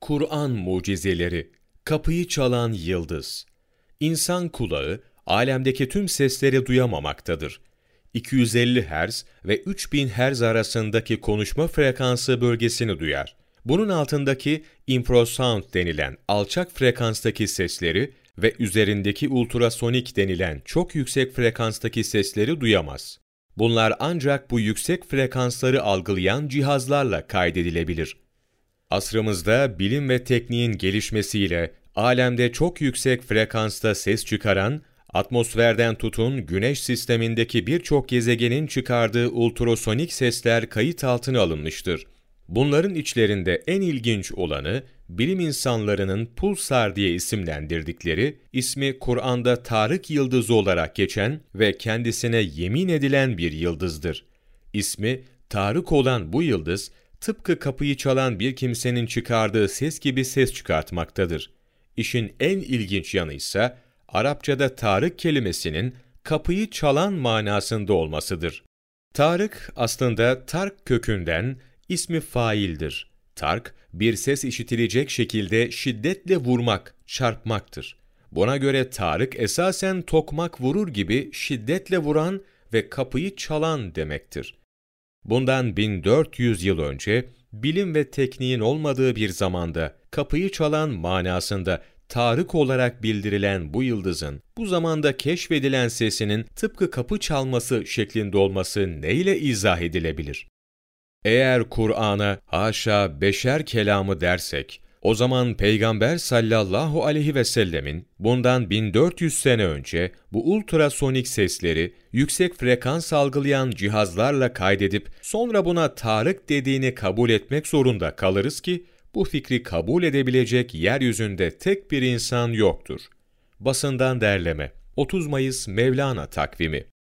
Kur'an mucizeleri, kapıyı çalan yıldız. İnsan kulağı, alemdeki tüm sesleri duyamamaktadır. 250 Hz ve 3000 Hz arasındaki konuşma frekansı bölgesini duyar. Bunun altındaki infrasound denilen alçak frekanstaki sesleri ve üzerindeki ultrasonik denilen çok yüksek frekanstaki sesleri duyamaz. Bunlar ancak bu yüksek frekansları algılayan cihazlarla kaydedilebilir. Asrımızda bilim ve tekniğin gelişmesiyle alemde çok yüksek frekansta ses çıkaran, atmosferden tutun Güneş sistemindeki birçok gezegenin çıkardığı ultrasonik sesler kayıt altına alınmıştır. Bunların içlerinde en ilginç olanı, bilim insanlarının pulsar diye isimlendirdikleri, ismi Kur'an'da Tarık yıldızı olarak geçen ve kendisine yemin edilen bir yıldızdır. İsmi Tarık olan bu yıldız, tıpkı kapıyı çalan bir kimsenin çıkardığı ses gibi ses çıkartmaktadır. İşin en ilginç yanı ise, Arapçada Tarık kelimesinin kapıyı çalan manasında olmasıdır. Tarık aslında tark kökünden ismi faildir. Tark, bir ses işitilecek şekilde şiddetle vurmak, çarpmaktır. Buna göre Tarık esasen tokmak vurur gibi şiddetle vuran ve kapıyı çalan demektir. Bundan 1400 yıl önce, bilim ve tekniğin olmadığı bir zamanda kapıyı çalan manasında Tarık olarak bildirilen bu yıldızın, bu zamanda keşfedilen sesinin tıpkı kapı çalması şeklinde olması neyle izah edilebilir? Eğer Kur'an'a haşa beşer kelamı dersek, o zaman Peygamber sallallahu aleyhi ve sellemin bundan 1400 sene önce bu ultrasonik sesleri yüksek frekans algılayan cihazlarla kaydedip sonra buna Tarık dediğini kabul etmek zorunda kalırız ki bu fikri kabul edebilecek yeryüzünde tek bir insan yoktur. Basından derleme 30 Mayıs Mevlana takvimi